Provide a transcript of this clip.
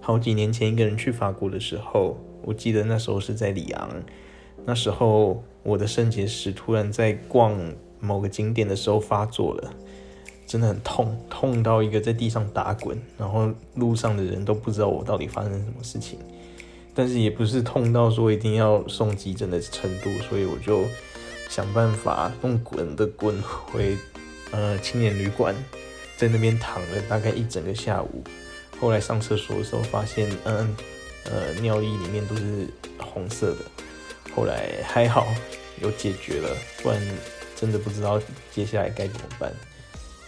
好几年前一个人去法国的时候，我记得那时候是在里昂，那时候我的肾结石突然在逛某个景点的时候发作了，真的很痛，痛到一个在地上打滚，然后路上的人都不知道我到底发生什么事情，但是也不是痛到说一定要送急诊的程度，所以我就想办法用滚的滚回青年旅馆，在那边躺了大概一整个下午。后来上厕所的时候发现，尿液里面都是红色的。后来还好有解决了，不然真的不知道接下来该怎么办。